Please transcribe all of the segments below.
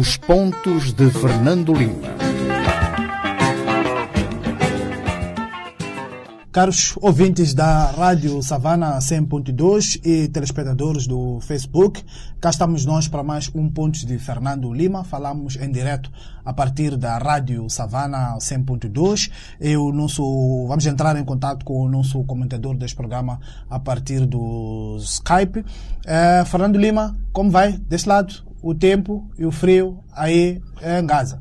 Os pontos de Fernando Lima. Caros ouvintes da Rádio Savana 100.2 e telespectadores do Facebook, cá estamos nós para mais um Pontos de Fernando Lima. Falamos em direto a partir da Rádio Savana 100.2. Vamos entrar em contato com o nosso comentador deste programa a partir do Skype. Fernando Lima, como vai deste lado? O tempo e o frio aí em Gaza?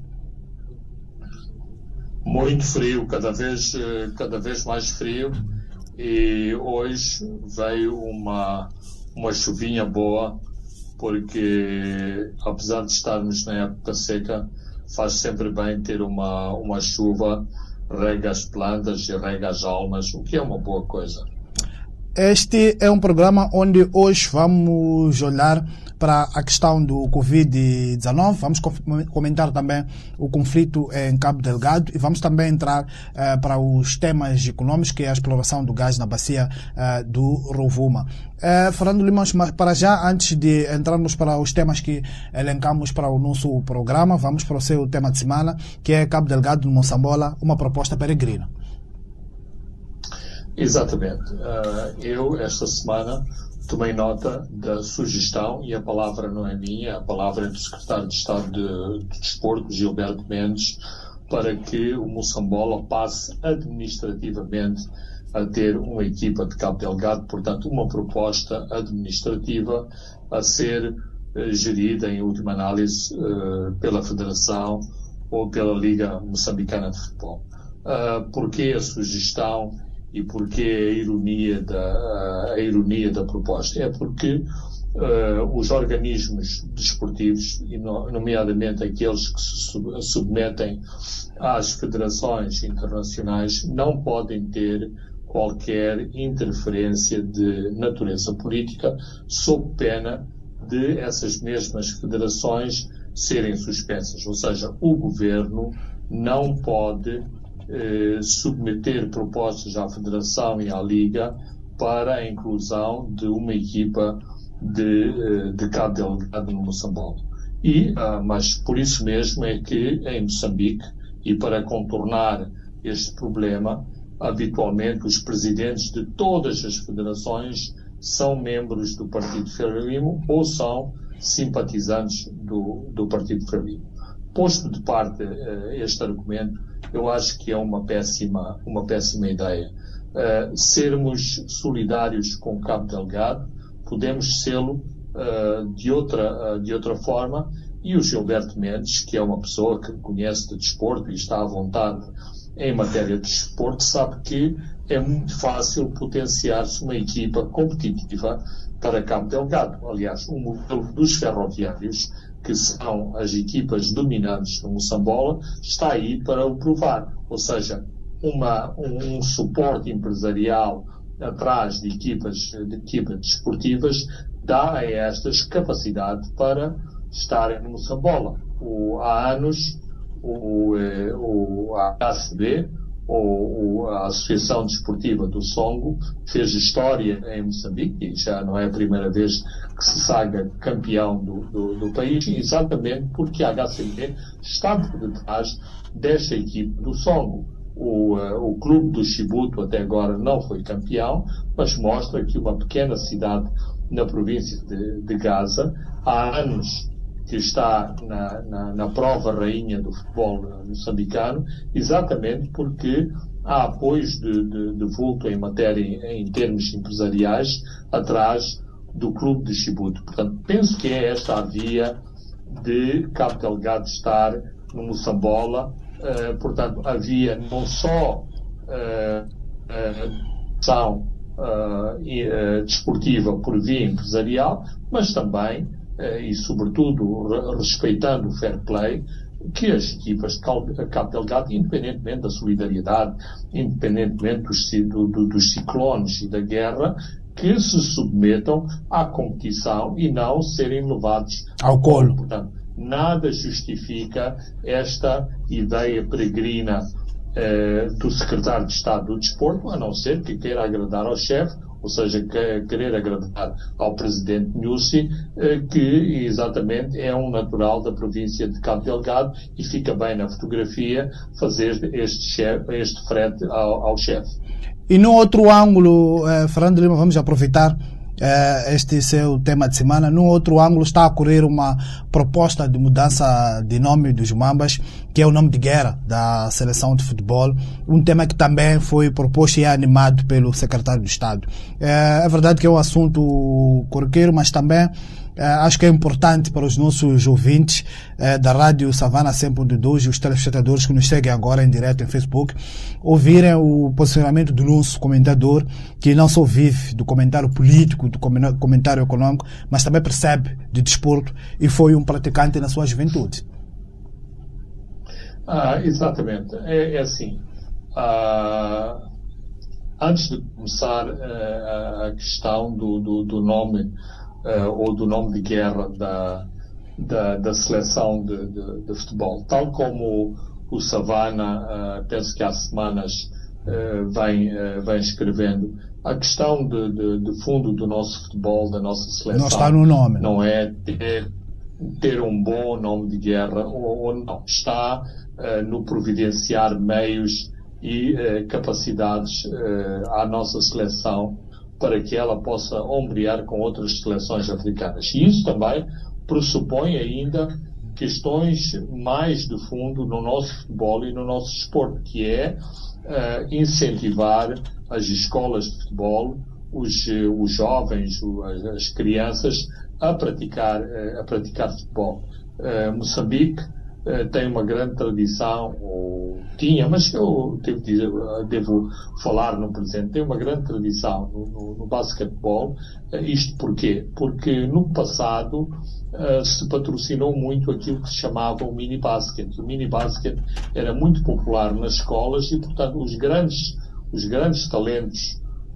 Muito frio, cada vez mais frio, e hoje veio uma chuvinha boa, porque apesar de estarmos na época seca, faz sempre bem ter uma chuva, rega as plantas e rega as almas, o que é uma boa coisa. Este é um programa onde hoje vamos olhar para a questão do Covid-19, vamos comentar também o conflito em Cabo Delgado e vamos também entrar para os temas econômicos, que é a exploração do gás na bacia do Rovuma. Fernando Lima, mas para já, antes de entrarmos para os temas que elencamos para o nosso programa, vamos para o seu tema de semana, que é Cabo Delgado no Moçambola, uma proposta peregrina. Exatamente. Eu, esta semana, tomei nota da sugestão, e a palavra não é minha, a palavra é do Secretário de Estado de Desporto, Gilberto Mendes, para que o Moçambola passe administrativamente a ter uma equipa de Cabo Delgado, portanto, uma proposta administrativa a ser gerida, em última análise, pela Federação ou pela Liga Moçambicana de Futebol. Porquê a sugestão? E porquê a ironia da proposta? É porque os organismos desportivos, e nomeadamente aqueles que se submetem às federações internacionais, não podem ter qualquer interferência de natureza política, sob pena de essas mesmas federações serem suspensas. Ou seja, o governo não pode submeter propostas à Federação e à Liga para a inclusão de uma equipa de Cabo Delgado no Moçambola. Mas por isso mesmo é que em Moçambique, e para contornar este problema, habitualmente os presidentes de todas as federações são membros do Partido Frelimo ou são simpatizantes do Partido Frelimo. Posto de parte este argumento, eu acho que é uma péssima ideia. Sermos solidários com Cabo Delgado, podemos sê-lo de outra forma, e o Gilberto Mendes, que é uma pessoa que conhece de desporto e está à vontade em matéria de desporto, sabe que é muito fácil potenciar-se uma equipa competitiva para Cabo Delgado. Aliás, o modelo dos ferroviários, que são as equipas dominantes no Moçambola, está aí para o provar. Ou seja, um suporte empresarial atrás de equipas desportivas dá a estas capacidade para estarem no Moçambola. Há anos, a ACB, ou a Associação Desportiva do Songo, fez história em Moçambique, e já não é a primeira vez que se saga campeão do país, exatamente porque a HCB está por detrás desta equipe do Songo. O clube do Chibuto até agora não foi campeão, mas mostra que uma pequena cidade na província de Gaza, há anos que está na prova rainha do futebol moçambicano, exatamente porque há apoios de vulto em termos empresariais atrás do clube de Chibuto. Portanto, penso que é esta a via de Cabo Delgado estar no Moçambola. Portanto, havia não só ação desportiva por via empresarial, mas também e sobretudo respeitando o fair play, que as equipas de Cabo Delgado, independentemente da solidariedade, independentemente dos ciclones e da guerra, que se submetam à competição e não serem levados ao colo. Portanto, nada justifica esta ideia peregrina do Secretário de Estado do Desporto, a não ser que queira agradar ao chefe ou seja, querer agradar ao presidente Nyusi, que exatamente é um natural da província de Cabo Delgado e fica bem na fotografia fazer este frete ao chefe. E no outro ângulo, Fernando Lima, vamos aproveitar este seu tema de semana. No outro ângulo está a ocorrer uma proposta de mudança de nome dos Mambas, que é o nome de guerra da seleção de futebol, um tema que também foi proposto e animado pelo secretário de Estado. É verdade que é um assunto corriqueiro, mas também acho que é importante para os nossos ouvintes da Rádio Savana 100.2 e os telespectadores que nos seguem agora em direto em Facebook ouvirem o posicionamento do nosso comentador, que não só vive do comentário político, do comentário econômico, mas também percebe de desporto e foi um praticante na sua juventude. Exatamente. É assim. Antes de começar a questão do nome ou do nome de guerra da seleção de futebol, tal como o Savana, penso que há semanas vem escrevendo, a questão de fundo do nosso futebol, da nossa seleção, não está no nome, não é ter um bom nome de guerra ou não, está no providenciar meios e capacidades à nossa seleção para que ela possa ombrear com outras seleções africanas. E isso também pressupõe ainda questões mais de fundo no nosso futebol e no nosso desporto, que é incentivar as escolas de futebol, os jovens, as crianças a praticar futebol. Moçambique tem uma grande tradição, ou tinha, mas eu devo falar no presente, tem uma grande tradição no basquetebol. Isto porquê? Porque no passado se patrocinou muito aquilo que se chamava o mini-basket. O mini-basket era muito popular nas escolas e, portanto, os grandes talentos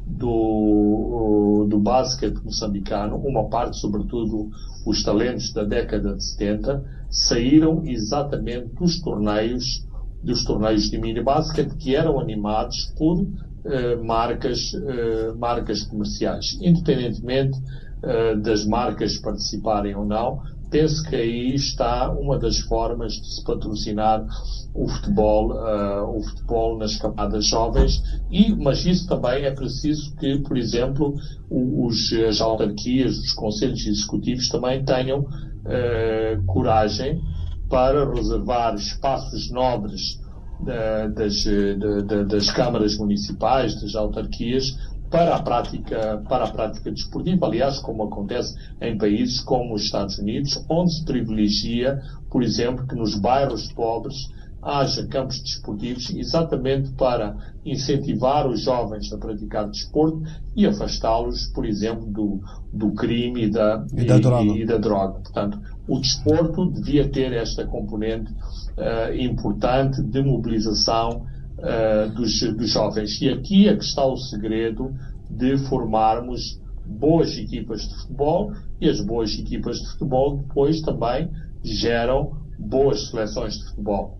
do basquete moçambicano, uma parte, sobretudo, os talentos da década de 70, saíram exatamente dos torneios de mini-basket que eram animados por marcas comerciais. Independentemente das marcas participarem ou não, penso que aí está uma das formas de se patrocinar o futebol nas camadas jovens, mas isso também é preciso que, por exemplo, as autarquias, os conselhos executivos também tenham coragem para reservar espaços nobres das câmaras municipais, das autarquias, para a prática desportiva, aliás, como acontece em países como os Estados Unidos, onde se privilegia, por exemplo, que nos bairros pobres haja campos desportivos exatamente para incentivar os jovens a praticar desporto e afastá-los, por exemplo, do crime e da droga. Portanto, o desporto devia ter esta componente importante de mobilização dos jovens. E aqui é que está o segredo de formarmos boas equipas de futebol, e as boas equipas de futebol depois também geram boas seleções de futebol.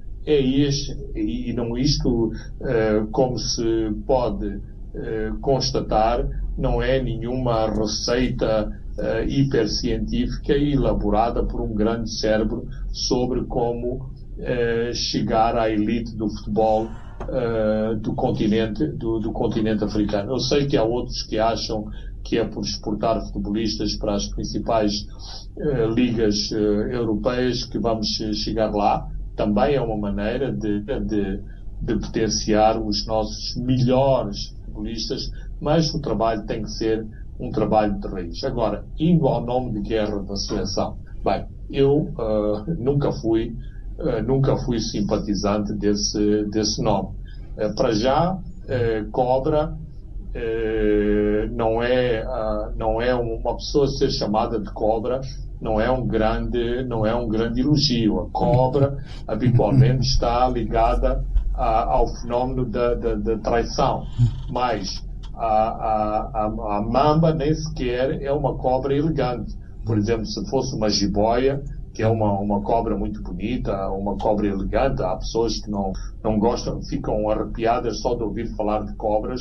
Como se pode constatar, não é nenhuma receita hipercientífica elaborada por um grande cérebro sobre como chegar à elite do futebol do continente africano. Eu sei que há outros que acham que é por exportar futebolistas para as principais ligas europeias que vamos chegar lá. Também é uma maneira de potenciar os nossos melhores futebolistas, mas o trabalho tem que ser um trabalho de raiz. Agora, indo ao nome de guerra da seleção, bem, eu nunca fui simpatizante desse nome. Para já, cobra não é uma pessoa ser chamada de cobra, não é um grande elogio. A cobra habitualmente está ligada ao fenómeno da traição, mas a mamba nem sequer é uma cobra elegante. Por exemplo, se fosse uma jiboia, que é uma cobra muito bonita, uma cobra elegante, há pessoas que não gostam, ficam arrepiadas só de ouvir falar de cobras,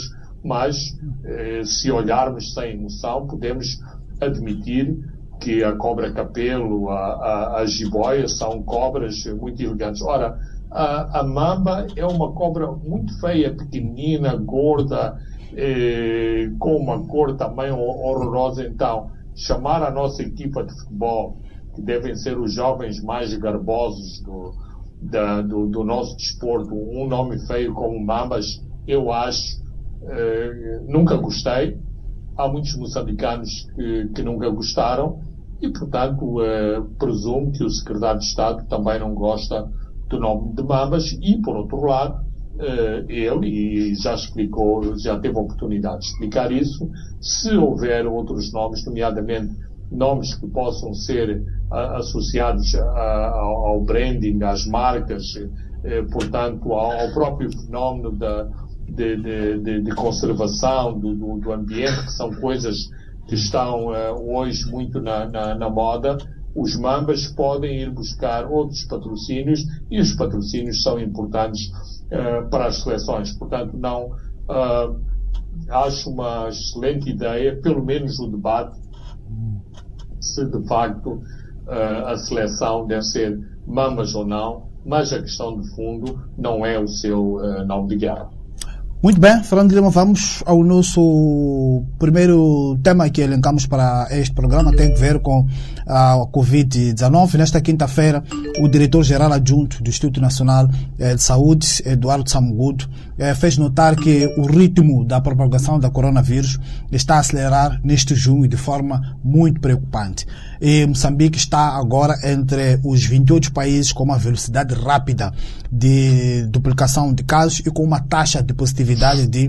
mas se olharmos sem emoção, podemos admitir que a cobra capelo, a jiboia, são cobras muito elegantes. Ora, a mamba é uma cobra muito feia, pequenina, gorda, com uma cor também horrorosa. Então, chamar a nossa equipa de futebol, que devem ser os jovens mais garbosos do nosso desporto, um nome feio como mambas, eu acho, nunca gostei. Há muitos moçambicanos que nunca gostaram e, portanto, presumo que o secretário de Estado também não gosta do nome de mambas e, por outro lado, ele, e já explicou, já teve a oportunidade de explicar isso, se houver outros nomes, nomeadamente nomes que possam ser associados ao branding, às marcas, portanto, ao próprio fenómeno de conservação do ambiente, que são coisas que estão hoje muito na moda, os mambas podem ir buscar outros patrocínios e os patrocínios são importantes para as seleções. Portanto, não acho uma excelente ideia, pelo menos o debate, se de facto a seleção deve ser mambas ou não, mas a questão de fundo não é o seu nome de guerra. Muito bem, Fernando Lima, vamos ao nosso primeiro tema que elencamos para este programa, tem a ver com a Covid-19. Nesta quinta-feira, o diretor-geral adjunto do Instituto Nacional de Saúde, Eduardo Samugudo, fez notar que o ritmo da propagação da coronavírus está a acelerar neste junho de forma muito preocupante. E Moçambique está agora entre os 28 países com uma velocidade rápida de duplicação de casos e com uma taxa de positividade de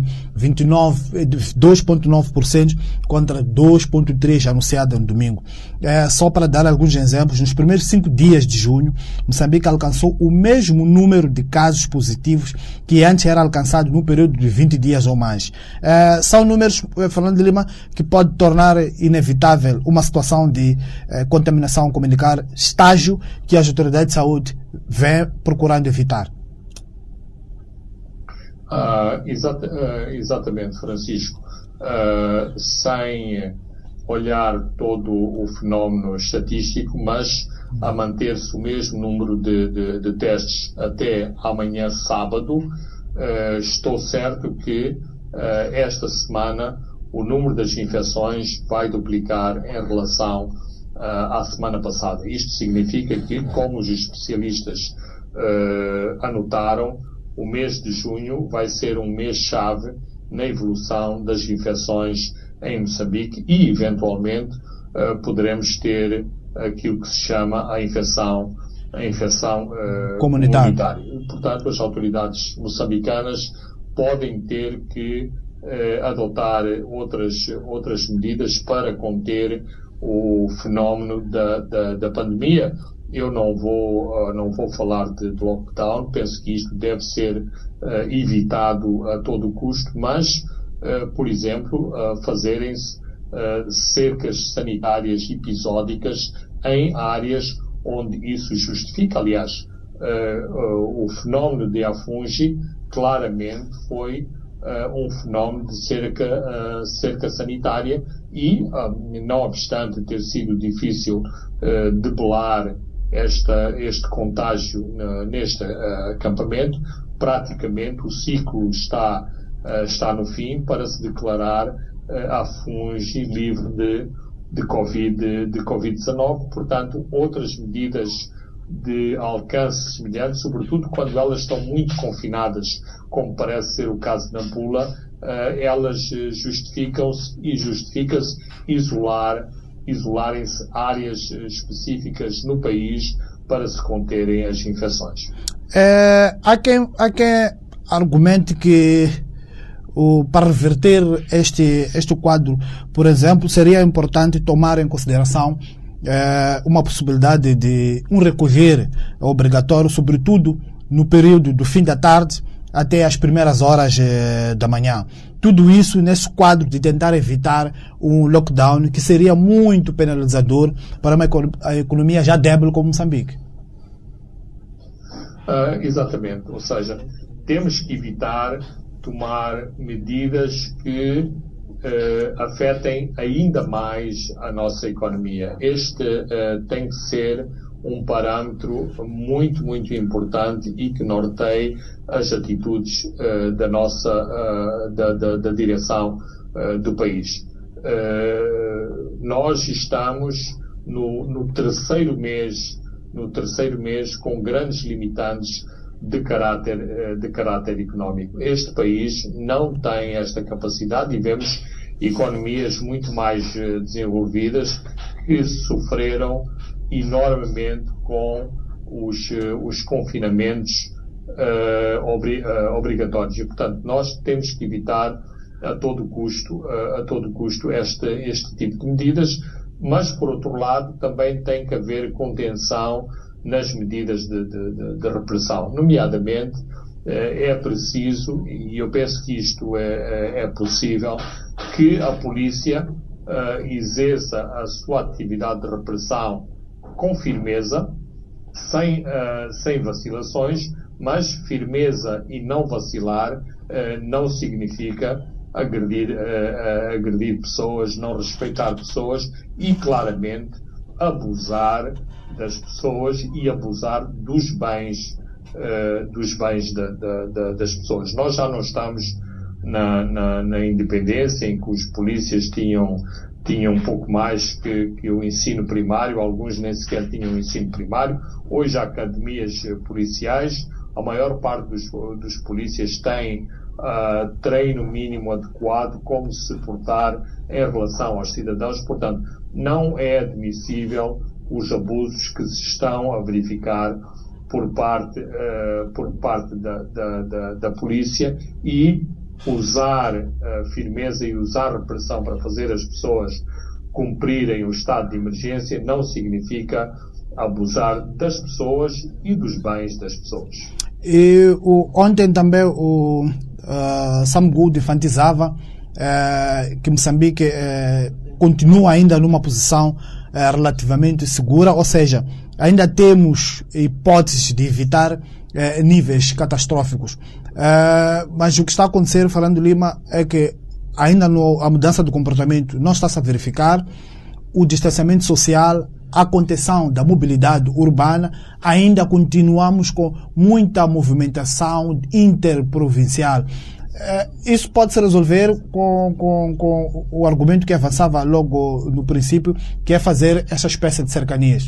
2,9% contra 2,3% anunciada no domingo. Só para dar alguns exemplos, nos primeiros 5 dias de junho, Moçambique alcançou o mesmo número de casos positivos que antes era alcançado no período de 20 dias ou mais. São números, Fernando Lima, que pode tornar inevitável uma situação de contaminação comunitária, estágio que as autoridades de saúde vêm procurando evitar. Exatamente, Francisco. Sem olhar todo o fenómeno estatístico, mas a manter-se o mesmo número de testes até amanhã sábado, estou certo que esta semana o número das infecções vai duplicar em relação à semana passada. Isto significa que, como os especialistas anotaram, o mês de junho vai ser um mês-chave na evolução das infecções em Moçambique e, eventualmente, poderemos ter aquilo que se chama a infecção comunitária. Portanto, as autoridades moçambicanas podem ter que adotar outras medidas para conter o fenómeno da pandemia. Eu não vou falar de lockdown, penso que isto deve ser evitado a todo custo, mas, por exemplo, fazerem-se cercas sanitárias episódicas em áreas onde isso justifica. Aliás, o fenómeno de Afungi claramente foi um fenómeno de cerca sanitária e, não obstante ter sido difícil debelar este contágio neste acampamento, praticamente o ciclo está no fim para se declarar a Afungi livre de Covid-19. Portanto, outras medidas de alcance semelhante, sobretudo quando elas estão muito confinadas, como parece ser o caso de Nampula, elas justifica-se isolarem-se áreas específicas no país para se conterem as infecções. Há quem argumente que para reverter este quadro, por exemplo, seria importante tomar em consideração uma possibilidade de um recolher obrigatório, sobretudo no período do fim da tarde até as primeiras horas da manhã. Tudo isso nesse quadro de tentar evitar um lockdown que seria muito penalizador para uma economia já débil como Moçambique. Exatamente. Ou seja, temos que evitar tomar medidas que afetem ainda mais a nossa economia. Este tem que ser um parâmetro muito, muito importante e que norteie as atitudes da direção do país. Nós estamos no terceiro mês com grandes limitantes de caráter económico. Este país não tem esta capacidade e vemos economias muito mais desenvolvidas que sofreram enormemente com os confinamentos obrigatórios. E, portanto, nós temos que evitar a todo custo este tipo de medidas, mas, por outro lado, também tem que haver contenção nas medidas de repressão. Nomeadamente, é preciso, e eu penso que isto é possível, que a polícia exerça a sua atividade de repressão com firmeza, sem vacilações, mas firmeza e não vacilar não significa agredir pessoas, não respeitar pessoas e, claramente, abusar das pessoas e abusar dos bens das pessoas. Nós já não estamos na independência em que os polícias tinham um pouco mais que o ensino primário, alguns nem sequer tinham o ensino primário. Hoje há academias policiais, a maior parte dos polícias tem treino mínimo adequado, como se portar em relação aos cidadãos. Portanto, não é admissível os abusos que se estão a verificar por parte da polícia, e usar firmeza e usar repressão para fazer as pessoas cumprirem o estado de emergência não significa abusar das pessoas e dos bens das pessoas. E ontem também o Sam Goud enfatizava que Moçambique continua ainda numa posição relativamente segura, ou seja, ainda temos hipóteses de evitar níveis catastróficos. Mas o que está a acontecer, Fernando Lima, é que ainda a mudança do comportamento não está-se a verificar, o distanciamento social, a contenção da mobilidade urbana, ainda continuamos com muita movimentação interprovincial. Isso pode se resolver com o argumento que avançava logo no princípio, que é fazer essa espécie de cercanias.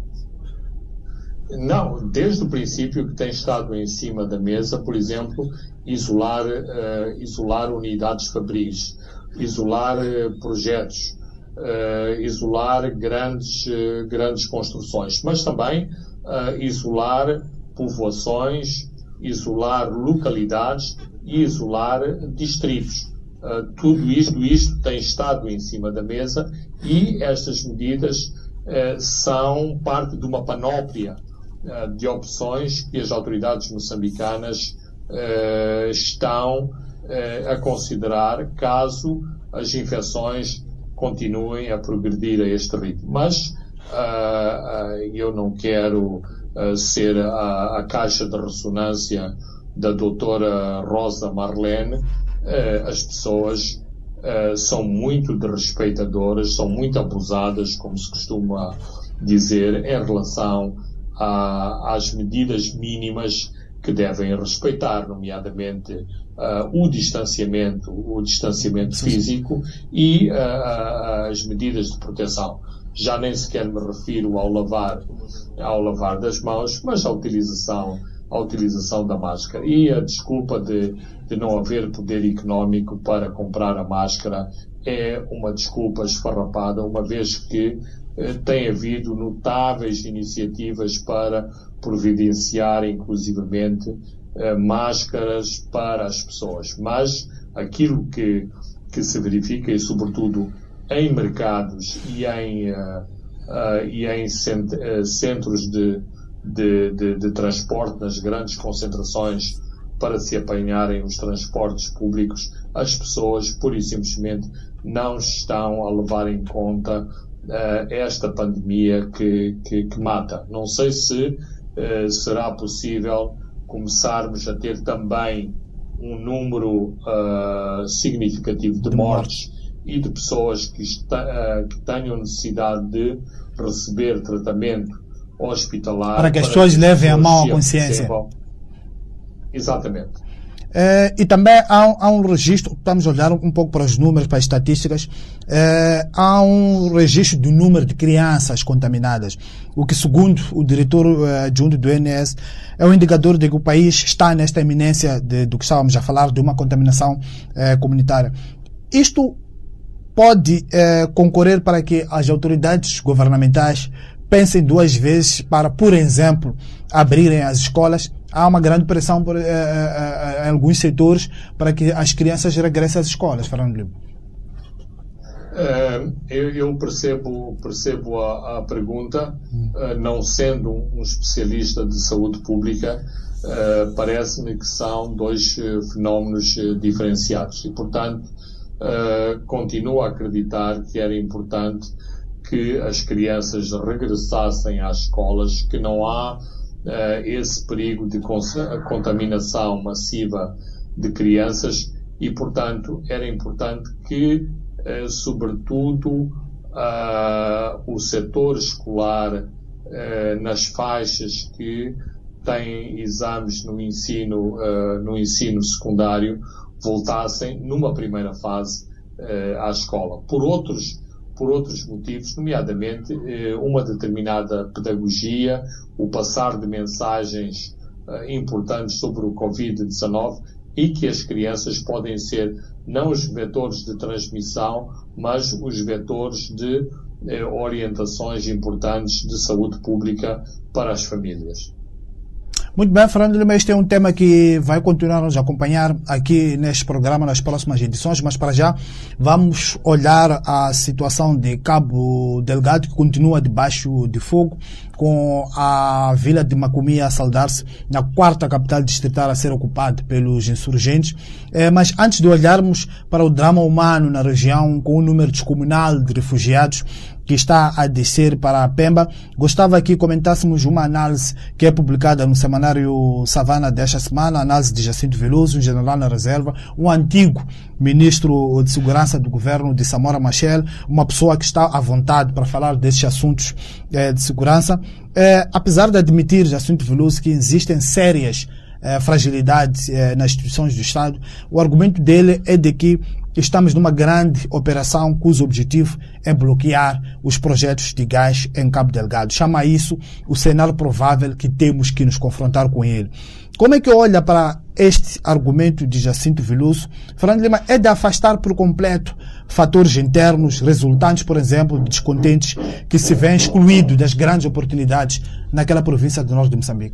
Não, desde o princípio que tem estado em cima da mesa, por exemplo, isolar unidades fabris, isolar projetos, isolar grandes construções, mas também isolar povoações, isolar localidades e isolar distritos. Tudo isto tem estado em cima da mesa, e estas medidas são parte de uma panóplia de opções que as autoridades moçambicanas estão a considerar caso as infecções continuem a progredir a este ritmo. Mas eu não quero ser a caixa de ressonância da doutora Rosa Marlene. As pessoas são muito desrespeitadoras, são muito abusadas, como se costuma dizer, em relação às medidas mínimas que devem respeitar, nomeadamente o distanciamento físico e as medidas de proteção. Já nem sequer me refiro ao lavar das mãos, mas à utilização da máscara. E a desculpa de não haver poder económico para comprar a máscara é uma desculpa esfarrapada, uma vez que tem havido notáveis iniciativas para providenciar, inclusivamente, máscaras para as pessoas. Mas aquilo que se verifica, e sobretudo em mercados e em centros de transporte, nas grandes concentrações para se apanharem os transportes públicos, as pessoas pura e simplesmente não estão a levar em conta esta pandemia que mata. Não sei se será possível começarmos a ter também um número significativo de mortes e de pessoas que tenham necessidade de receber tratamento hospitalar. Para que as pessoas levem a mão à consciência. Exatamente. E também há um registro, estamos a olhar um pouco para os números, para as estatísticas, há um registro do número de crianças contaminadas, o que, segundo o diretor adjunto do INS, é um indicador de que o país está nesta iminência do que estávamos a falar, de uma contaminação comunitária. Isto pode concorrer para que as autoridades governamentais pensem duas vezes para, por exemplo, abrirem as escolas. Há uma grande pressão em alguns setores para que as crianças regressem às escolas, Fernando Lima. Eu percebo a pergunta. Não sendo um especialista de saúde pública, parece-me que são dois fenómenos diferenciados e, portanto, continuo a acreditar que era importante que as crianças regressassem às escolas, que não há esse perigo de contaminação massiva de crianças e, portanto, era importante que, sobretudo, o setor escolar nas faixas que têm exames no ensino secundário voltassem, numa primeira fase, à escola. Por outros motivos, nomeadamente uma determinada pedagogia, o passar de mensagens importantes sobre o Covid-19 e que as crianças podem ser não os vetores de transmissão, mas os vetores de orientações importantes de saúde pública para as famílias. Muito bem, Fernando Lima, este é um tema que vai continuar a nos acompanhar aqui neste programa, nas próximas edições, mas para já vamos olhar a situação de Cabo Delgado, que continua debaixo de fogo, com a vila de Macomia a saldar-se na quarta capital distrital a ser ocupada pelos insurgentes. Mas antes de olharmos para o drama humano na região, com um número descomunal de refugiados que está a descer para a Pemba, gostava que comentássemos uma análise que é publicada no semanário Savana desta semana, a análise de Jacinto Veloso, um general na reserva, um antigo ministro de segurança do governo de Samora Machel, uma pessoa que está à vontade para falar destes assuntos de segurança. Apesar de admitir, Jacinto Veloso, que existem sérias fragilidades nas instituições do Estado, o argumento dele é de que estamos numa grande operação cujo objetivo é bloquear os projetos de gás em Cabo Delgado. Chama isso o cenário provável que temos que nos confrontar com ele. Como é que olha para este argumento de Jacinto Veloso? Fernando Lima, é de afastar por completo fatores internos resultantes, por exemplo, de descontentes que se vêem excluídos das grandes oportunidades naquela província do norte de Moçambique?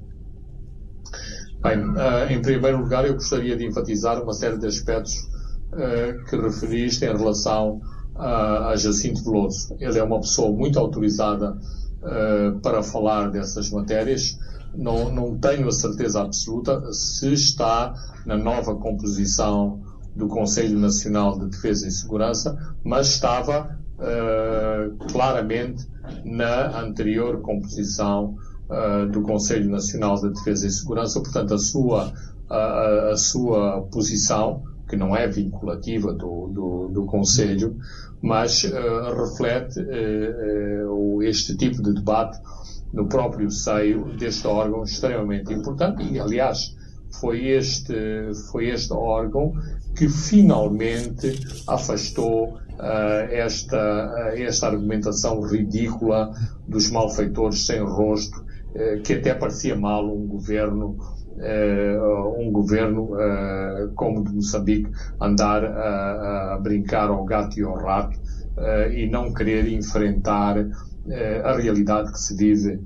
Bem, em primeiro lugar, eu gostaria de enfatizar uma série de aspectos que referiste em relação a Jacinto Veloso. Ele é uma pessoa muito autorizada para falar dessas matérias. Não tenho a certeza absoluta se está na nova composição do Conselho Nacional de Defesa e Segurança, mas estava claramente na anterior composição do Conselho Nacional de Defesa e Segurança. Portanto, a sua posição, que não é vinculativa do Conselho, mas reflete este tipo de debate no próprio seio deste órgão extremamente importante e, aliás, foi este órgão que finalmente afastou esta argumentação ridícula dos malfeitores sem rosto, que até parecia mal um governo como o de Moçambique andar a brincar ao gato e ao rato e não querer enfrentar a realidade que se vive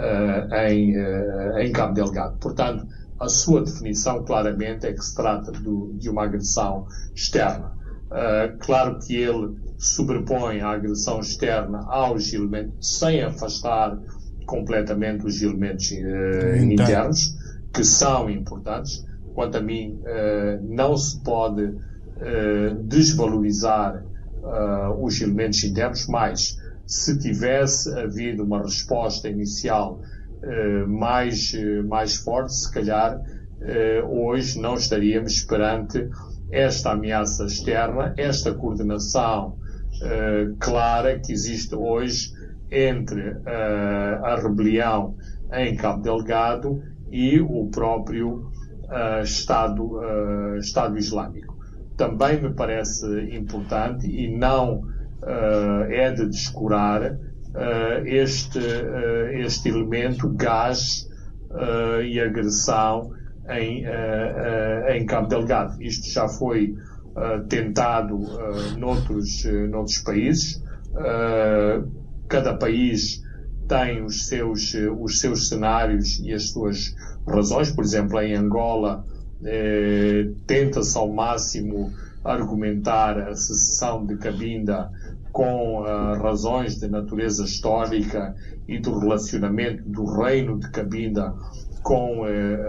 em Cabo Delgado. Portanto, a sua definição claramente é que se trata de uma agressão externa. Claro que ele sobrepõe a agressão externa aos elementos, sem afastar completamente os elementos internos, que são importantes. Quanto a mim, não se pode desvalorizar os elementos internos, mas se tivesse havido uma resposta inicial mais forte, se calhar hoje não estaríamos perante esta ameaça externa, esta coordenação clara que existe hoje entre a rebelião em Cabo Delgado e o próprio Estado Islâmico. Também me parece importante e não é de descurar este elemento gás e agressão em Cabo Delgado. Isto já foi tentado noutros países. Cada país tem os seus cenários e as suas razões. Por exemplo, em Angola tenta-se ao máximo argumentar a secessão de Cabinda com razões de natureza histórica e do relacionamento do reino de Cabinda com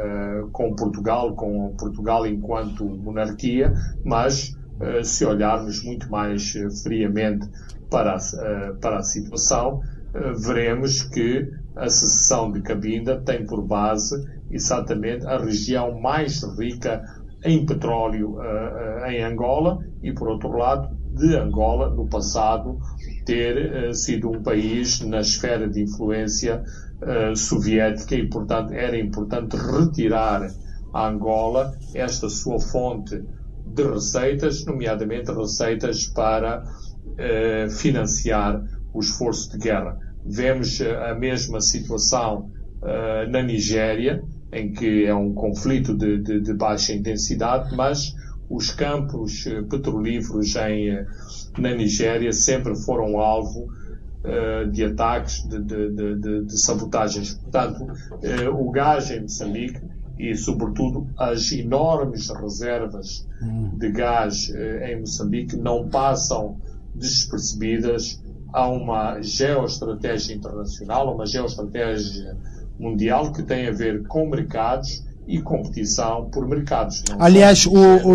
Portugal enquanto monarquia, mas se olharmos muito mais friamente para a situação, veremos que a secessão de Cabinda tem por base exatamente a região mais rica em petróleo em Angola e, por outro lado, de Angola, no passado, ter sido um país na esfera de influência soviética e, portanto, era importante retirar a Angola esta sua fonte de receitas, nomeadamente receitas para financiar o esforço de guerra. Vemos a mesma situação na Nigéria, em que é um conflito de baixa intensidade, mas os campos petrolíferos na Nigéria sempre foram alvo de ataques, de sabotagens. Portanto, o gás em Moçambique e, sobretudo, as enormes reservas de gás em Moçambique não passam despercebidas a uma geoestratégia internacional, a uma geoestratégia mundial que tem a ver com mercados e competição por mercados. Aliás,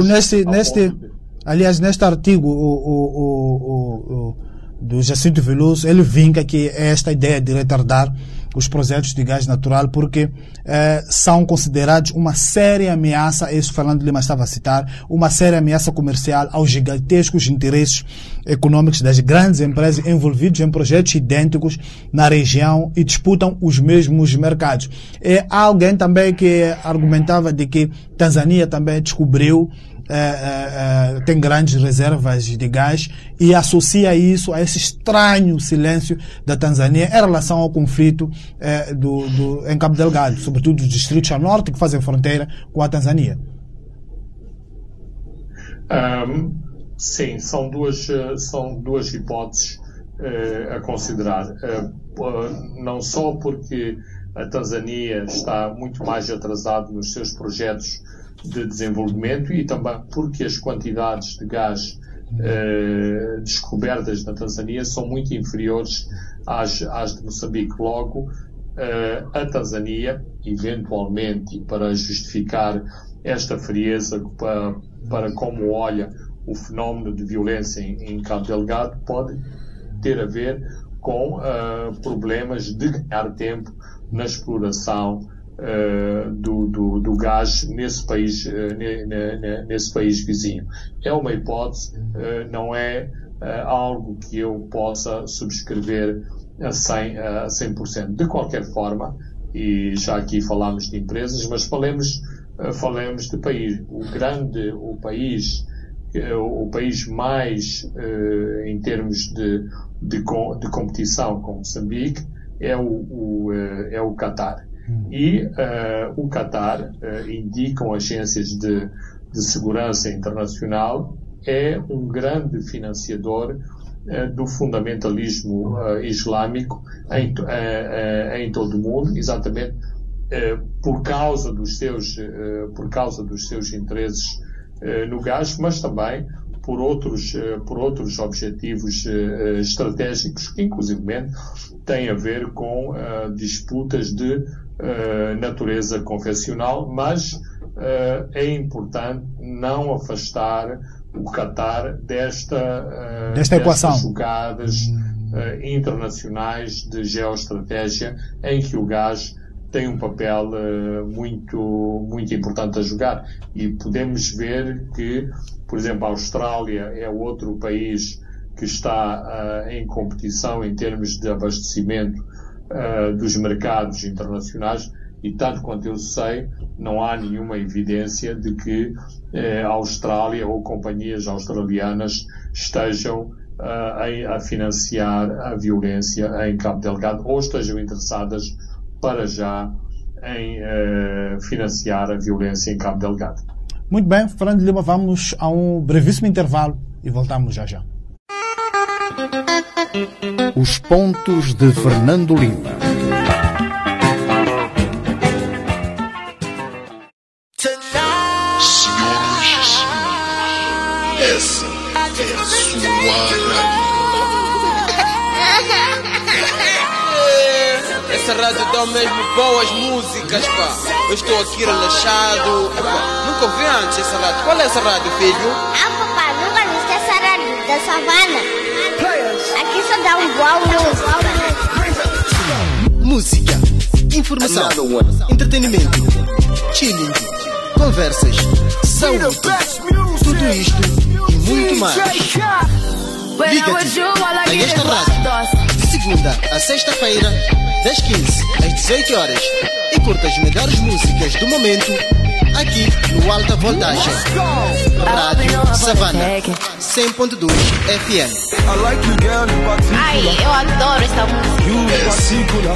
neste artigo do Jacinto Veloso, ele vinca que é esta ideia de retardar os projetos de gás natural porque são considerados uma séria ameaça, isso Fernando Lima estava a citar, uma séria ameaça comercial aos gigantescos interesses econômicos das grandes empresas envolvidos em projetos idênticos na região e disputam os mesmos mercados. Há alguém também que argumentava de que Tanzânia também descobriu tem grandes reservas de gás e associa isso a esse estranho silêncio da Tanzânia em relação ao conflito em Cabo Delgado, sobretudo os distritos a norte que fazem fronteira com a Tanzânia. Sim, são duas hipóteses a considerar. Não só porque a Tanzânia está muito mais atrasada nos seus projetos de desenvolvimento e também porque as quantidades de gás descobertas na Tanzânia são muito inferiores às de Moçambique. Logo, a Tanzânia, eventualmente, para justificar esta frieza para como olha o fenómeno de violência em Cabo Delgado, pode ter a ver com problemas de ganhar tempo na exploração do gás nesse país vizinho. É uma hipótese, não é algo que eu possa subscrever a 100%. De qualquer forma, e já aqui falámos de empresas, mas falemos de país. O país mais em termos de competição com Moçambique é o Catar. E o Catar, indicam agências de segurança internacional, é um grande financiador do fundamentalismo islâmico em todo o mundo, exatamente por causa dos seus interesses no gás, mas também por outros objetivos estratégicos que, inclusivamente, têm a ver com disputas de natureza confessional, mas é importante não afastar o Catar destas equação, jogadas internacionais de geoestratégia em que o gás tem um papel muito importante a jogar. E podemos ver que, por exemplo, a Austrália é outro país que está em competição em termos de abastecimento dos mercados internacionais, e tanto quanto eu sei, não há nenhuma evidência de que a Austrália ou companhias australianas estejam a financiar a violência em Cabo Delgado ou estejam interessadas para já em financiar a violência em Cabo Delgado. Muito bem, Fernando Lima, vamos a um brevíssimo intervalo e voltamos já já. Os pontos de Fernando Lima. Essa é a sua rádio. Essa rádio dá mesmo boas músicas, pá. Eu estou aqui relaxado. Nunca ouvi antes essa rádio. Qual é essa rádio, filho? Papá, nunca viste essa rádio da savana? Aqui só dá um bom música, informação, entretenimento, chilling, conversas, saúde, tudo isto e muito mais. Liga-te a esta rádio de segunda a sexta-feira, das 15 às 18 horas, e curta as melhores músicas do momento aqui no Alta Voltagem. Rádio Savana 100.2 FM. Ai, eu adoro essa música.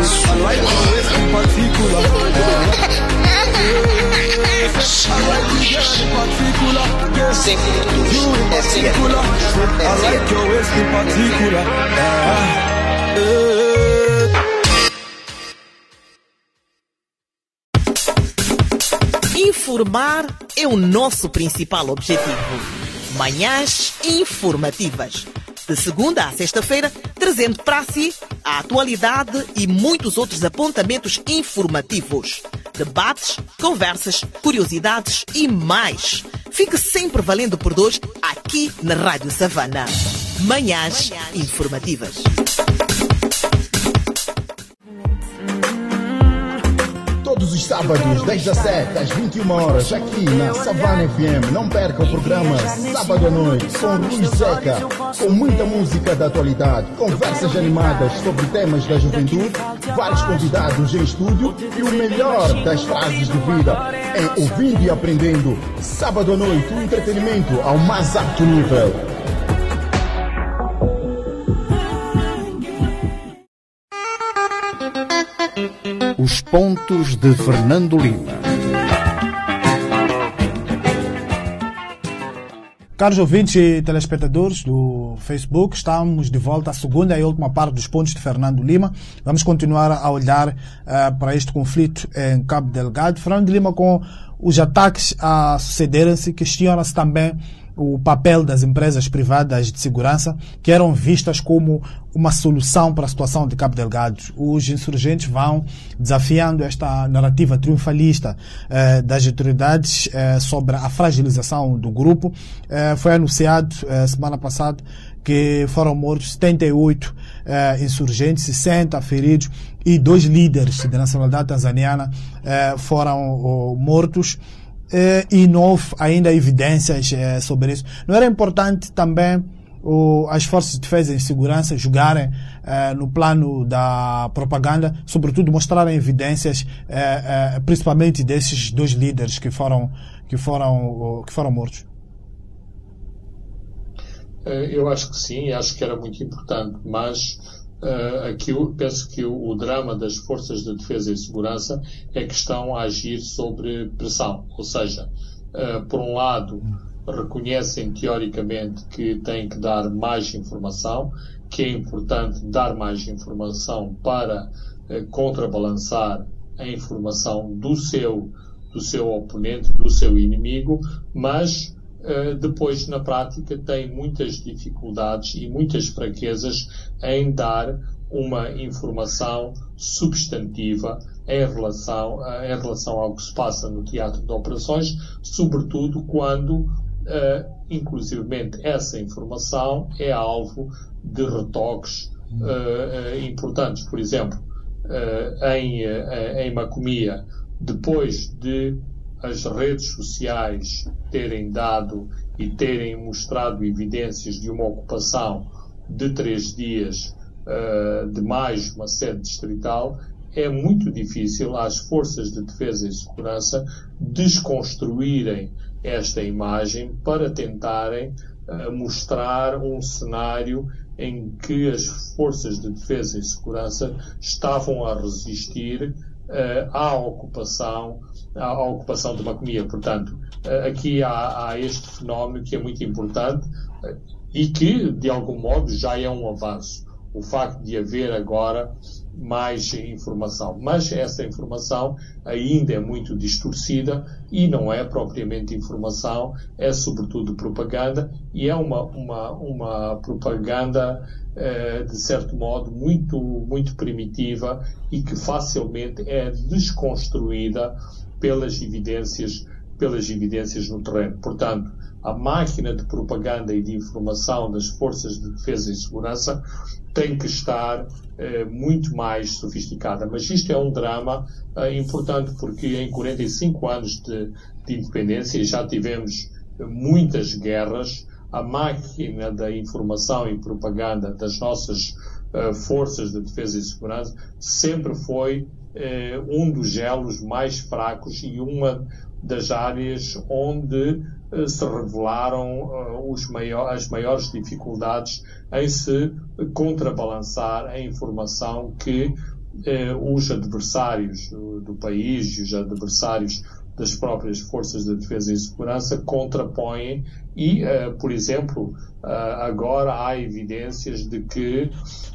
Informar é o nosso principal objetivo. Manhãs informativas. De segunda a sexta-feira, trazendo para si a atualidade e muitos outros apontamentos informativos. Debates, conversas, curiosidades e mais. Fique sempre valendo por dois aqui na Rádio Savana. Manhãs informativas. Todos os sábados, das 17 às 21 horas, aqui na Savana FM. Não perca o programa Sábado à Noite, com Rui Zeca, com muita música da atualidade, conversas animadas sobre temas da juventude, vários convidados em estúdio e o melhor das frases de vida em Ouvindo e Aprendendo. Sábado à Noite, um entretenimento ao mais alto nível. Os pontos de Fernando Lima. Caros ouvintes e telespectadores do Facebook, estamos de volta à segunda e última parte dos pontos de Fernando Lima. Vamos continuar a olhar para este conflito em Cabo Delgado. Fernando Lima, com os ataques a sucederem-se, questiona-se também o papel das empresas privadas de segurança, que eram vistas como uma solução para a situação de Cabo Delgado. Os insurgentes vão desafiando esta narrativa triunfalista das autoridades sobre a fragilização do grupo. Foi anunciado semana passada que foram mortos 78 insurgentes, 60 feridos e 2 líderes de nacionalidade tanzaniana foram mortos. E não houve ainda evidências sobre isso. Não era importante também as forças de defesa e segurança jogarem no plano da propaganda, sobretudo mostrarem evidências, principalmente desses 2 líderes que foram mortos? Eu acho que sim, acho que era muito importante, mas aqui eu penso que o drama das forças de defesa e segurança é que estão a agir sob pressão, ou seja, por um lado reconhecem teoricamente que têm que dar mais informação, que é importante dar mais informação para contrabalançar a informação do seu oponente, do seu inimigo, mas depois, na prática, tem muitas dificuldades e muitas fraquezas em dar uma informação substantiva em relação ao que se passa no teatro de operações, sobretudo quando, inclusivamente, essa informação é alvo de retoques importantes. Por exemplo, em Macomia, depois de as redes sociais terem dado e terem mostrado evidências de uma ocupação de 3 dias de mais uma sede distrital, é muito difícil às forças de defesa e segurança desconstruírem esta imagem para tentarem mostrar um cenário em que as forças de defesa e segurança estavam a resistir à ocupação de Macomia. Portanto, aqui há este fenómeno que é muito importante e que, de algum modo, já é um avanço. O facto de haver agora mais informação. Mas essa informação ainda é muito distorcida e não é propriamente informação, é sobretudo propaganda, e é uma propaganda, de certo modo, muito, muito primitiva e que facilmente é desconstruída pelas evidências no terreno. Portanto, a máquina de propaganda e de informação das forças de defesa e segurança tem que estar muito mais sofisticada. Mas isto é um drama importante, porque em 45 anos de independência já tivemos muitas guerras. A máquina da informação e propaganda das nossas forças de defesa e segurança sempre foi um dos elos mais fracos e uma das áreas onde se revelaram as maiores dificuldades em se contrabalançar a informação que os adversários do país e os adversários das próprias forças de defesa e segurança contrapõem e, por exemplo, agora há evidências de que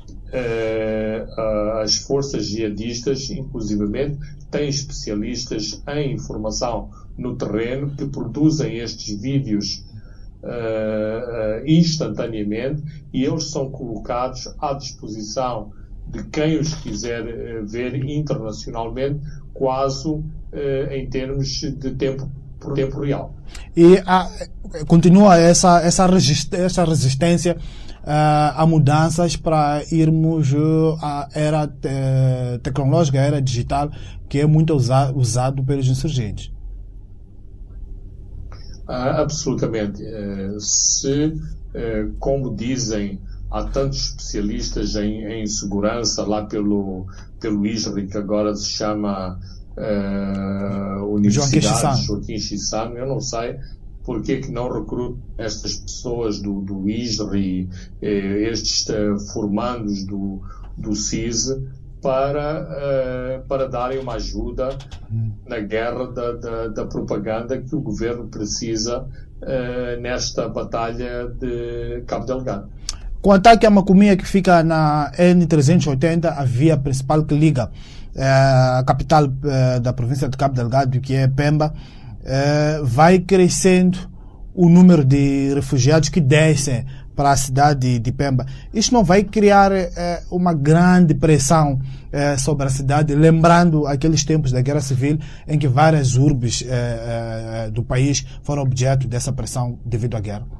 as forças jihadistas, inclusivamente, têm especialistas em informação no terreno que produzem estes vídeos instantaneamente e eles são colocados à disposição de quem os quiser ver internacionalmente, quase em termos de tempo real. E continua essa resistência a mudanças para irmos à era tecnológica, à era digital, que é muito usado pelos insurgentes. Absolutamente. Como dizem, há tantos especialistas em segurança lá pelo ISRI, que agora se chama Universidade Joaquim Chissano, eu não sei porque que não recrutam estas pessoas do ISRI, estes formandos do CISE, para darem uma ajuda na guerra da propaganda que o governo precisa nesta batalha de Cabo Delgado. Com o ataque a Macomia, que fica na N380, a via principal que liga a capital da província de Cabo Delgado, que é Pemba, vai crescendo o número de refugiados que descem para a cidade de Pemba. Isto não vai criar uma grande pressão sobre a cidade, lembrando aqueles tempos da Guerra Civil em que várias urbes do país foram objeto dessa pressão devido à guerra?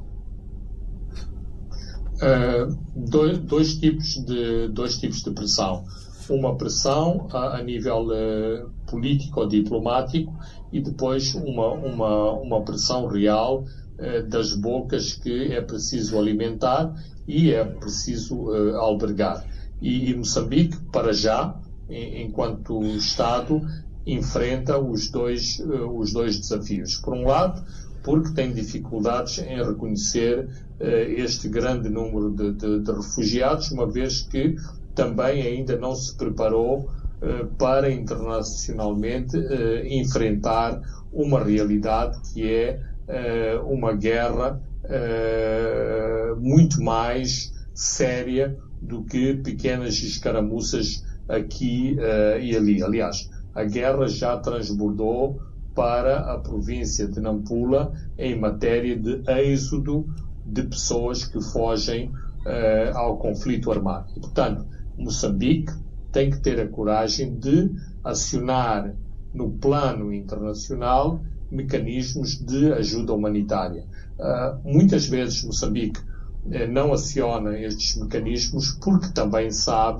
Dois tipos de pressão. Uma pressão a nível político-diplomático e depois uma pressão real das bocas que é preciso alimentar e é preciso albergar. E Moçambique, para já, enquanto Estado, enfrenta os dois desafios. Por um lado, porque tem dificuldades em reconhecer este grande número de refugiados, uma vez que também ainda não se preparou para internacionalmente enfrentar uma realidade que é uma guerra muito mais séria do que pequenas escaramuças aqui e ali. Aliás, a guerra já transbordou para a província de Nampula em matéria de êxodo de pessoas que fogem ao conflito armado. E, portanto, Moçambique tem que ter a coragem de acionar no plano internacional mecanismos de ajuda humanitária. Muitas vezes Moçambique não aciona estes mecanismos porque também sabe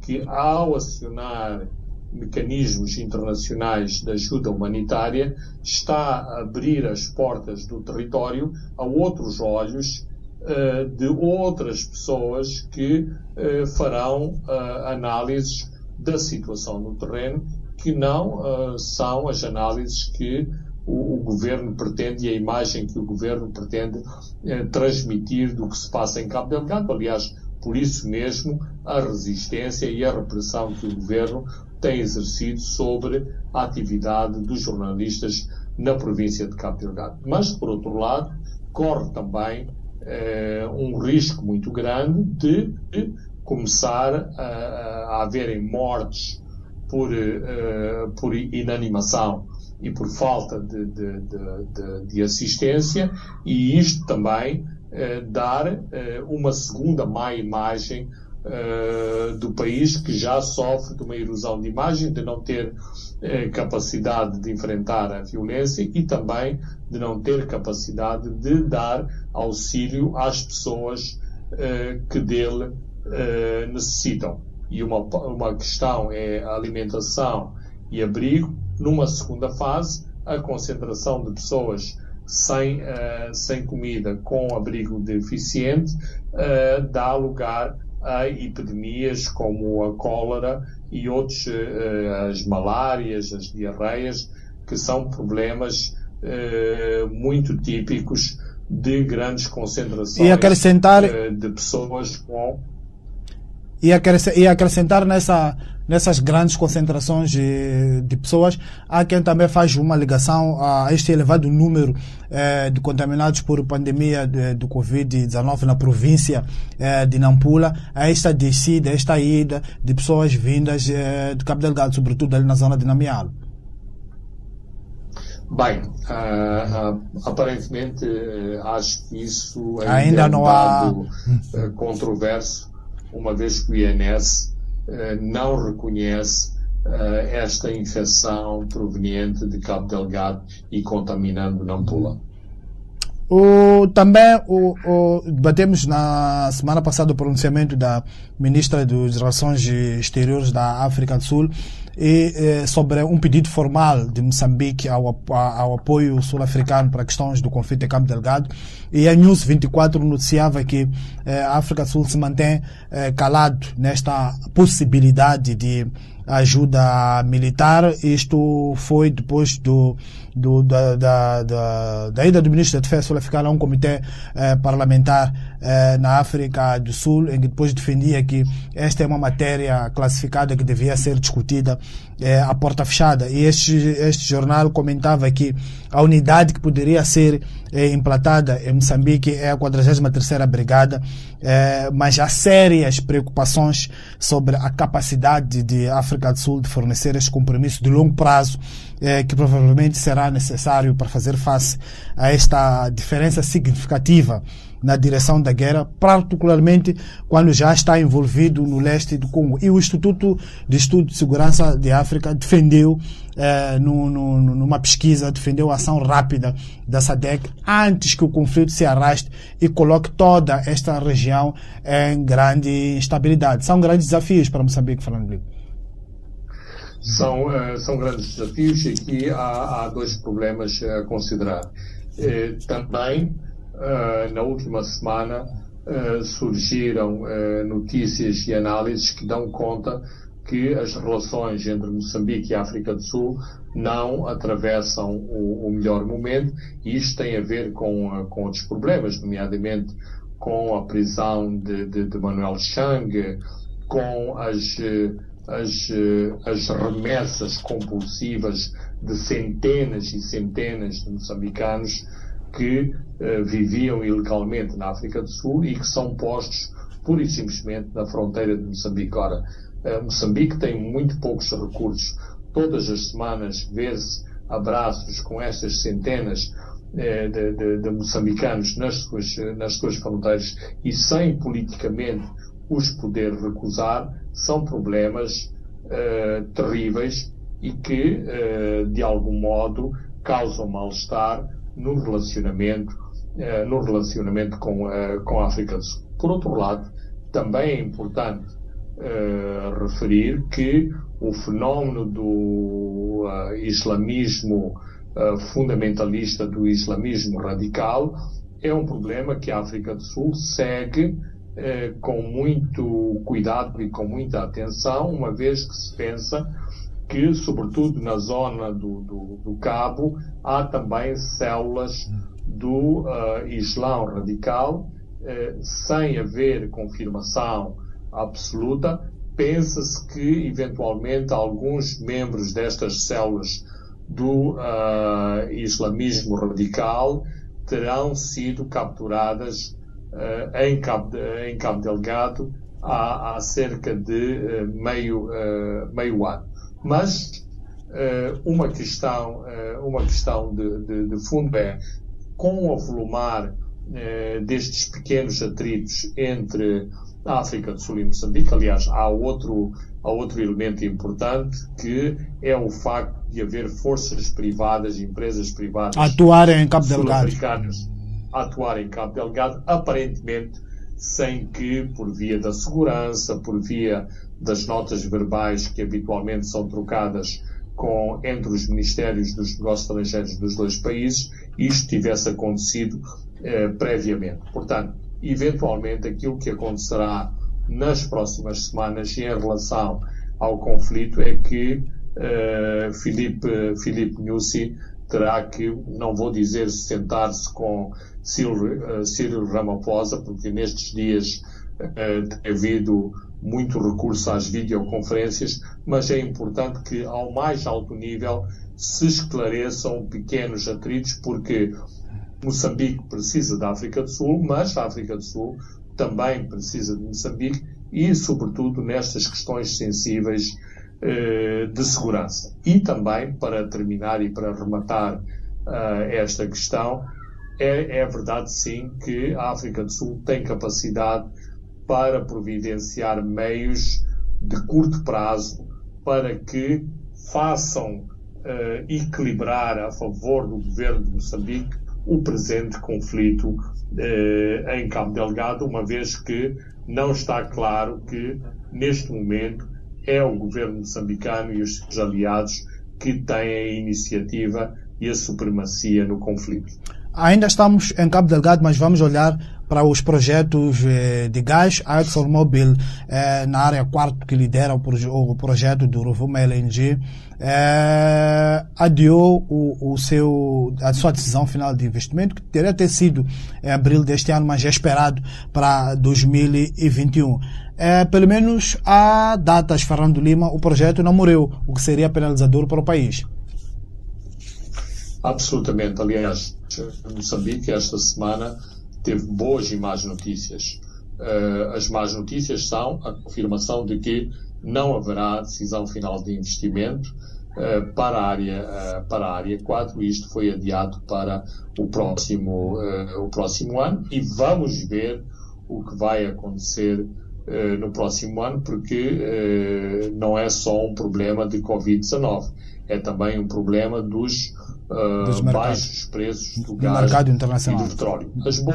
que, ao acionar mecanismos internacionais de ajuda humanitária, está a abrir as portas do território a outros olhos de outras pessoas que farão análises da situação no terreno, que não são as análises que o governo pretende e a imagem que o governo pretende transmitir do que se passa em Cabo Delgado. Aliás, por isso mesmo, a resistência e a repressão que o governo tem exercido sobre a atividade dos jornalistas na província de Cabo Delgado. Mas, por outro lado, corre também um risco muito grande de começar a haverem mortes por inanimação e por falta de assistência, e isto também dar uma segunda má imagem do país, que já sofre de uma erosão de imagem, de não ter capacidade de enfrentar a violência e também de não ter capacidade de dar auxílio às pessoas que dele necessitam. E uma questão é a alimentação e abrigo. Numa segunda fase, a concentração de pessoas sem comida com abrigo deficiente dá lugar a epidemias como a cólera e outros, as malárias, as diarreias, que são problemas muito típicos de grandes concentrações de pessoas com... E acrescentar nessas grandes concentrações de pessoas, há quem também faz uma ligação a este elevado número de contaminados por pandemia do Covid-19 na província de Nampula, a esta descida, esta ida de pessoas vindas de Cabo Delgado, sobretudo ali na zona de Namialo. Bem, aparentemente acho que isso ainda não há controverso, uma vez que o INS não reconhece esta infecção proveniente de Cabo Delgado e contaminando Nampula. Também debatemos na semana passada o pronunciamento da Ministra das Relações Exteriores da África do Sul sobre um pedido formal de Moçambique ao apoio sul-africano para questões do conflito em Cabo Delgado, e a News 24 noticiava que a África do Sul se mantém calado nesta possibilidade de ajuda militar. Isto foi depois da ida do ministro da Defesa sul-africano a um comitê parlamentar na África do Sul, em que depois defendia que esta é uma matéria classificada que devia ser discutida à porta fechada. E este jornal comentava que a unidade que poderia ser implantada em Moçambique é a 43ª Brigada, mas há sérias preocupações sobre a capacidade de África do Sul de fornecer este compromisso de longo prazo, que provavelmente será necessário para fazer face a esta diferença significativa na direção da guerra, particularmente quando já está envolvido no leste do Congo. E o Instituto de Estudo de Segurança de África defendeu, numa pesquisa, defendeu a ação rápida da SADC antes que o conflito se arraste e coloque toda esta região em grande instabilidade. São grandes desafios para Moçambique, Fernando Blico. São grandes desafios, e aqui há dois problemas a considerar. Também, na última semana, surgiram notícias e análises que dão conta que as relações entre Moçambique e África do Sul não atravessam o melhor momento, e isto tem a ver com outros problemas, nomeadamente com a prisão de Manuel Chang, com as remessas compulsivas de centenas e centenas de moçambicanos que viviam ilegalmente na África do Sul e que são postos pura e simplesmente na fronteira de Moçambique. Ora, Moçambique tem muito poucos recursos. Todas as semanas vê-se abraços com estas centenas de moçambicanos nas suas fronteiras, e sem politicamente os poder recusar. São problemas terríveis e que, de algum modo, causam mal-estar no relacionamento com a África do Sul. Por outro lado, também é importante referir que o fenómeno do islamismo fundamentalista, do islamismo radical, é um problema que a África do Sul segue com muito cuidado e com muita atenção, uma vez que se pensa que, sobretudo na zona do Cabo, há também células do Islão radical, sem haver confirmação absoluta. Pensa-se que, eventualmente, alguns membros destas células do islamismo radical terão sido capturadas em Cabo Delgado há cerca de meio ano. Mas uma questão de fundo é, com o avolumar destes pequenos atritos entre a África do Sul e Moçambique, aliás, há outro elemento importante, que é o facto de haver forças privadas, empresas privadas atuarem em Cabo Delgado, atuarem em Cabo Delgado, aparentemente sem que, por via da segurança, por via das notas verbais que habitualmente são trocadas entre os Ministérios dos Negócios Estrangeiros dos dois países, isto tivesse acontecido previamente. Portanto, eventualmente aquilo que acontecerá nas próximas semanas em relação ao conflito é que Filipe Nyusi terá que, não vou dizer sentar-se com Cyril Ramaphosa, porque nestes dias tem havido muito recurso às videoconferências, mas é importante que, ao mais alto nível, se esclareçam pequenos atritos, porque Moçambique precisa da África do Sul, mas a África do Sul também precisa de Moçambique e, sobretudo, nestas questões sensíveis de segurança. E também, para terminar e para rematar esta questão, é verdade, sim, que a África do Sul tem capacidade para providenciar meios de curto prazo para que façam equilibrar a favor do governo de Moçambique o presente conflito em Cabo Delgado, uma vez que não está claro que, neste momento, é o governo moçambicano e os seus aliados que têm a iniciativa e a supremacia no conflito. Ainda estamos em Cabo Delgado, mas vamos olhar para os projetos de gás. A ExxonMobil, na área 4, que lidera o projeto do Rovuma LNG, adiou a sua decisão final de investimento, que teria ter sido em abril deste ano, mas é esperado para 2021. Pelo menos há datas, Fernando Lima, o projeto não morreu, o que seria penalizador para o país. Absolutamente. Aliás, Moçambique esta semana teve boas e más notícias. As más notícias são a confirmação de que não haverá decisão final de investimento para a área 4, e isto foi adiado para o próximo ano, e vamos ver o que vai acontecer no próximo ano, porque não é só um problema de Covid-19, é também um problema dos baixos preços do gás e do petróleo.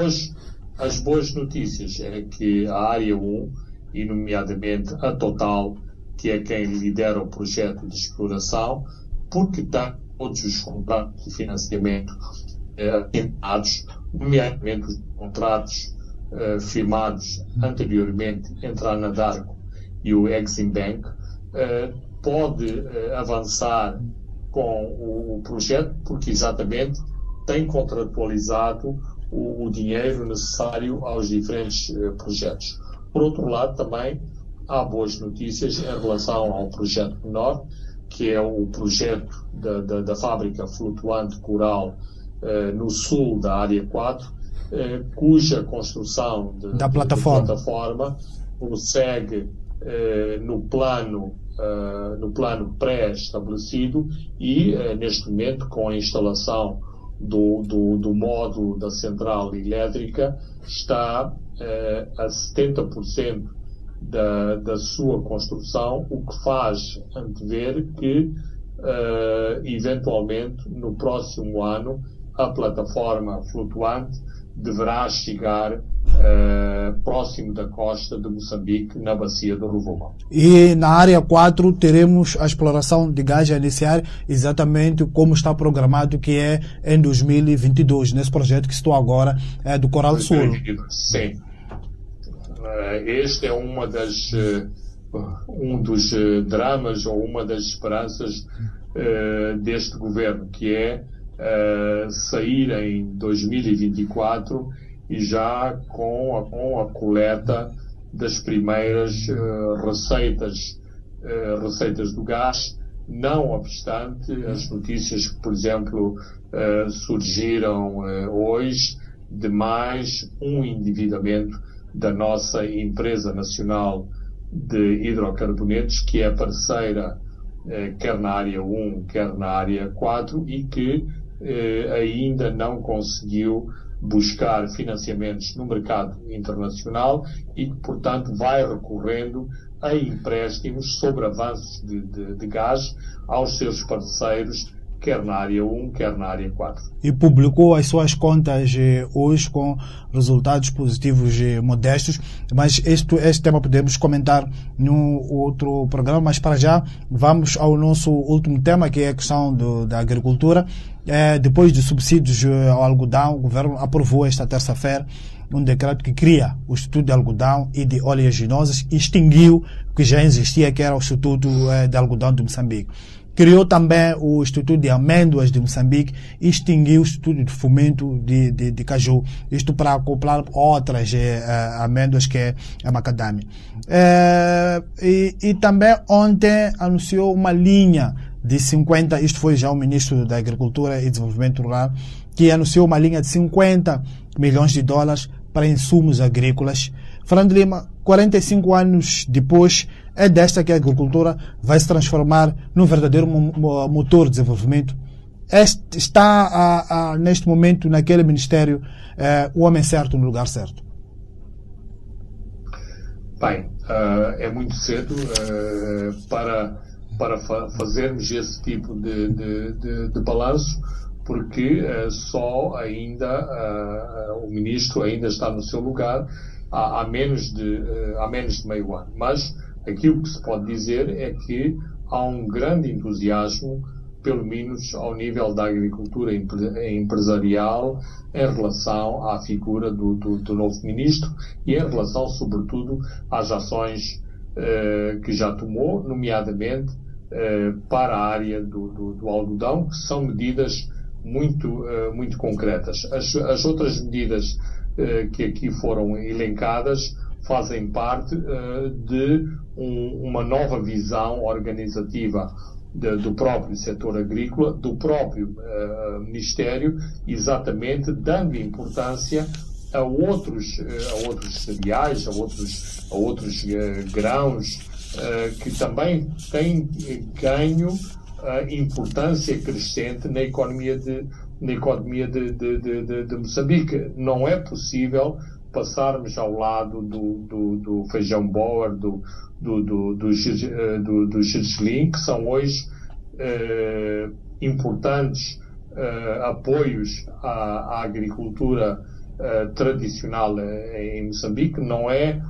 As boas notícias é que a área 1, e nomeadamente a Total, que é quem lidera o projeto de exploração, porque tem todos os contratos de financiamento assinados, nomeadamente os contratos firmados anteriormente entre a Anadarko e o Exim Bank, pode avançar com o projeto, porque exatamente tem contratualizado o dinheiro necessário aos diferentes projetos. Por outro lado, também há boas notícias em relação ao projeto menor, que é o projeto da fábrica flutuante coral no sul da área 4, cuja construção da plataforma prossegue no plano pré-estabelecido e, neste momento, com a instalação do módulo da central elétrica, está a 70% da sua construção, o que faz antever que, eventualmente, no próximo ano, a plataforma flutuante deverá chegar próximo da costa de Moçambique, na bacia do Rovuma. E na área 4 teremos a exploração de gás a iniciar exatamente como está programado, que é em 2022, nesse projeto que estou agora, do Coral Sul. Sim. Este é um dos dramas ou uma das esperanças deste governo, que é sair em 2024 e já com a coleta das primeiras receitas do gás, não obstante as notícias que, por exemplo, surgiram hoje de mais um endividamento da nossa empresa nacional de hidrocarbonetos, que é parceira quer na área 1, quer na área 4, e que ainda não conseguiu buscar financiamentos no mercado internacional e que, portanto, vai recorrendo a empréstimos sobre avanços de gás aos seus parceiros, quer na área 1, quer na área 4. E publicou as suas contas hoje com resultados positivos modestos, mas este tema podemos comentar num outro programa, mas para já vamos ao nosso último tema, que é a questão da agricultura. Depois dos subsídios ao algodão, o governo aprovou esta terça-feira um decreto que cria o Instituto de Algodão e de Oleaginosas e extinguiu o que já existia, que era o Instituto de Algodão de Moçambique. Criou também o Instituto de Amêndoas de Moçambique e extinguiu o Instituto de Fomento de Caju. Isto para acoplar outras amêndoas, que é a macadâmia. E também ontem anunciou uma linha de 50, isto foi já o Ministro da Agricultura e Desenvolvimento Rural, que anunciou uma linha de 50 milhões de dólares para insumos agrícolas. Fernando Lima, 45 anos depois, é desta que a agricultura vai se transformar num verdadeiro motor de desenvolvimento. Está neste momento naquele ministério o homem certo no lugar certo? Bem, é muito cedo para fazermos esse tipo de balanço, porque só ainda o ministro ainda está no seu lugar há menos de meio ano. Mas aquilo que se pode dizer é que há um grande entusiasmo, pelo menos ao nível da agricultura empresarial, em relação à figura do novo ministro e em relação, sobretudo, às ações que já tomou, nomeadamente para a área do algodão, que são medidas muito concretas. As outras medidas que aqui foram elencadas fazem parte de uma nova visão organizativa do próprio setor agrícola, do próprio Ministério, exatamente dando importância a outros cereais, a outros grãos, que também têm ganho importância crescente na economia de Moçambique. Não é possível passarmos ao lado do feijão boer, do gergelim, que são hoje importantes apoios à agricultura tradicional em Moçambique. Não é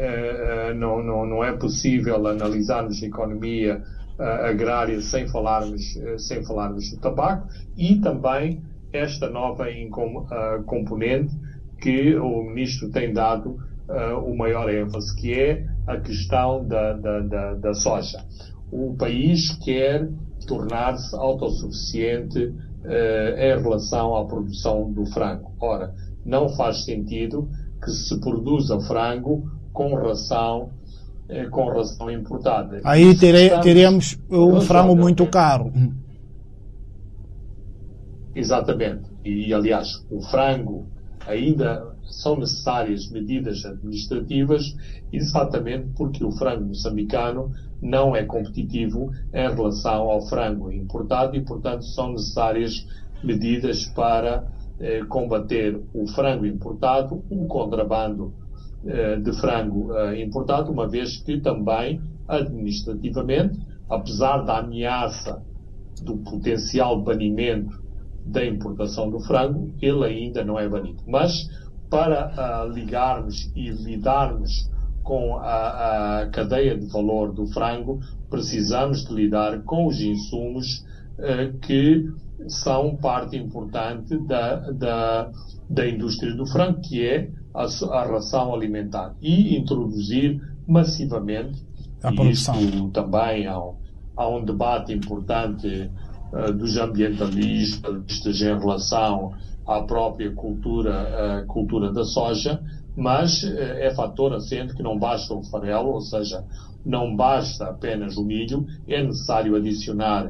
possível analisarmos a economia agrária sem falarmos do tabaco, e também esta nova componente que o Ministro tem dado o maior ênfase, que é a questão da soja. O país quer tornar-se autossuficiente em relação à produção do frango. Ora, não faz sentido que se produza frango com ração importada. Aí teríamos um frango muito caro. Exatamente. E, aliás, o frango ainda são necessárias medidas administrativas, exatamente porque o frango moçambicano não é competitivo em relação ao frango importado e, portanto, são necessárias medidas para combater o frango importado, o contrabando de frango importado, uma vez que também, administrativamente, apesar da ameaça do potencial banimento da importação do frango, ele ainda não é banido. Mas para ligarmos e lidarmos com a cadeia de valor do frango, precisamos de lidar com os insumos que são parte importante da indústria do frango, que é a ração alimentar, e introduzir massivamente, e isto também há um debate importante dos ambientalistas em relação à própria cultura da soja, mas é fator assente que não basta o farelo, ou seja, não basta apenas o milho, é necessário adicionar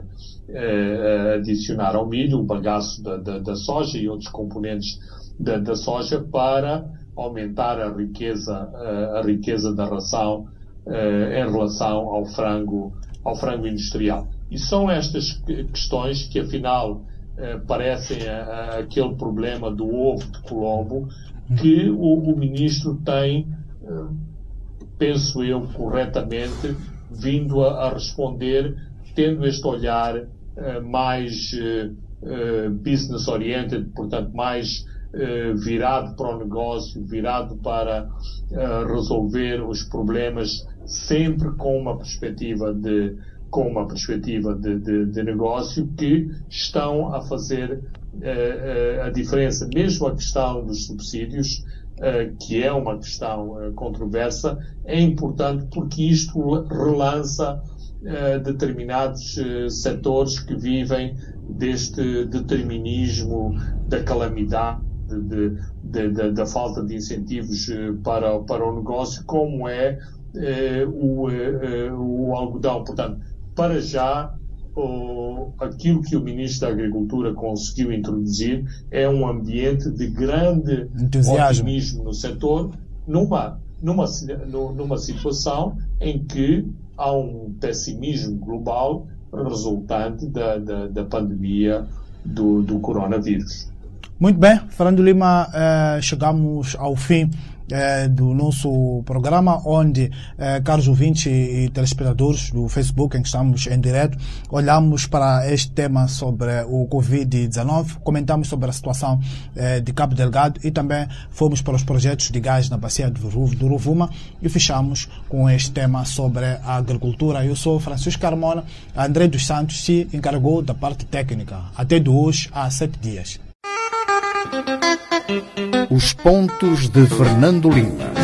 ao milho o bagaço da soja e outros componentes da soja para aumentar a riqueza da ração em relação ao frango industrial. E são estas questões que, afinal, parecem aquele problema do ovo de Colombo, que o ministro tem, penso eu, corretamente, vindo a responder, tendo este olhar mais business-oriented, portanto, mais virado para o negócio, virado para resolver os problemas, sempre com uma perspectiva de negócio, que estão a fazer a diferença. Mesmo a questão dos subsídios, que é uma questão controversa, é importante porque isto relança determinados setores que vivem deste determinismo da calamidade, da falta de incentivos para o negócio, como é o algodão. Portanto, para já, aquilo que o Ministro da Agricultura conseguiu introduzir é um ambiente de grande otimismo no setor, numa situação em que há um pessimismo global resultante da pandemia do coronavírus. Muito bem, Fernando Lima, chegamos ao fim do nosso programa, onde, caros ouvintes e telespectadores do Facebook, em que estamos em direto, olhamos para este tema sobre o Covid-19, comentamos sobre a situação de Cabo Delgado e também fomos para os projetos de gás na bacia do Rovuma e fechamos com este tema sobre a agricultura. Eu sou Francisco Carmona, André dos Santos se encarregou da parte técnica. Até de hoje há 7 dias. Os pontos de Fernando Lima.